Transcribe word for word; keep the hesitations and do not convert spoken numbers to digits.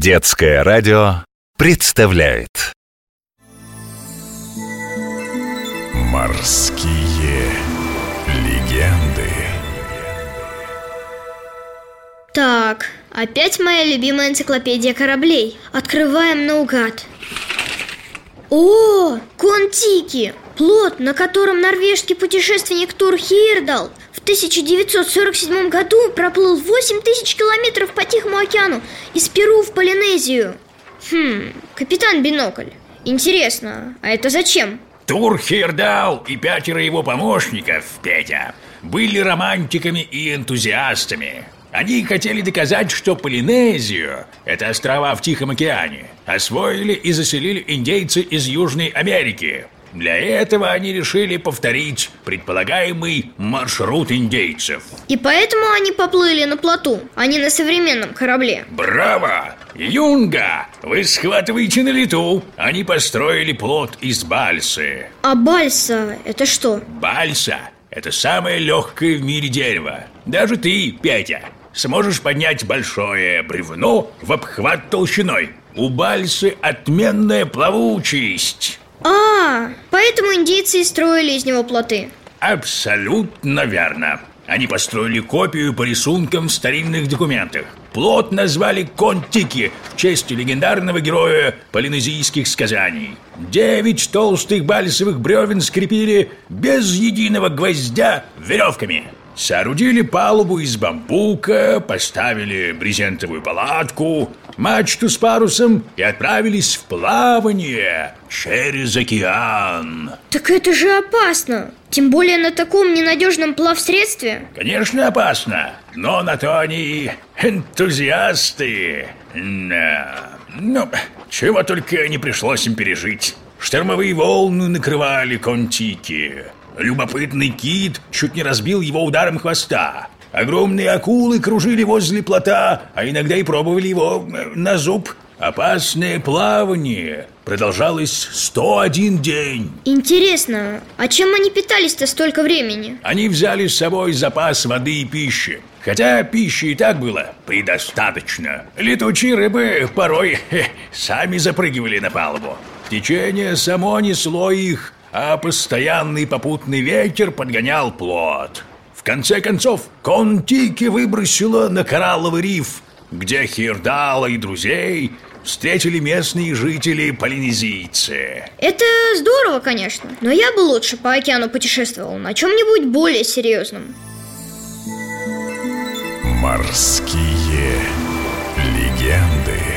Детское радио представляет Морские легенды. Так, опять моя любимая энциклопедия кораблей. Открываем наугад. О, Кон-Тики! Плот, на котором норвежский путешественник Тур Хейердал в тысяча девятьсот сорок седьмом году проплыл восемь тысяч километров по Тихому океану из Перу в Полинезию. Хм, капитан Бинокль, интересно, а это зачем? Тур Хейердал и пятеро его помощников, Петя, были романтиками и энтузиастами. Они хотели доказать, что Полинезию, это острова в Тихом океане, освоили и заселили индейцы из Южной Америки. Для этого они решили повторить предполагаемый маршрут индейцев. И поэтому они поплыли на плоту, а не на современном корабле. Браво! Юнга! Вы схватываете на лету. Они построили плот из бальсы. А бальса – это что? Бальса – это самое легкое в мире дерево. Даже ты, Петя, сможешь поднять большое бревно в обхват толщиной. У бальсы отменная плавучесть. А, поэтому индейцы и строили из него плоты. Абсолютно верно. Они построили копию по рисункам в старинных документах. Плот назвали Кон-Тики в честь легендарного героя полинезийских сказаний. Девять толстых бальсовых бревен скрепили без единого гвоздя веревками. Соорудили палубу из бамбука, поставили брезентовую палатку, мачту с парусом и отправились в плавание через океан. Так это же опасно, тем более на таком ненадежном плавсредстве. Конечно, опасно, но на то они энтузиасты. Да. Ну, чего только не пришлось им пережить. Штормовые волны накрывали Кон-Тики. Любопытный кит чуть не разбил его ударом хвоста. Огромные акулы кружили возле плота, а иногда и пробовали его на зуб. Опасное плавание продолжалось сто один день. Интересно, а чем они питались-то столько времени? Они взяли с собой запас воды и пищи. Хотя пищи и так было предостаточно. Летучие рыбы порой хе, сами запрыгивали на палубу. Течение само несло их, а постоянный попутный ветер подгонял плот. В конце концов, Кон-Тики выбросило на коралловый риф, где Хейердала и друзей встретили местные жители-полинезийцы. Это здорово, конечно, но я бы лучше по океану путешествовал на чем-нибудь более серьезном. Морские легенды.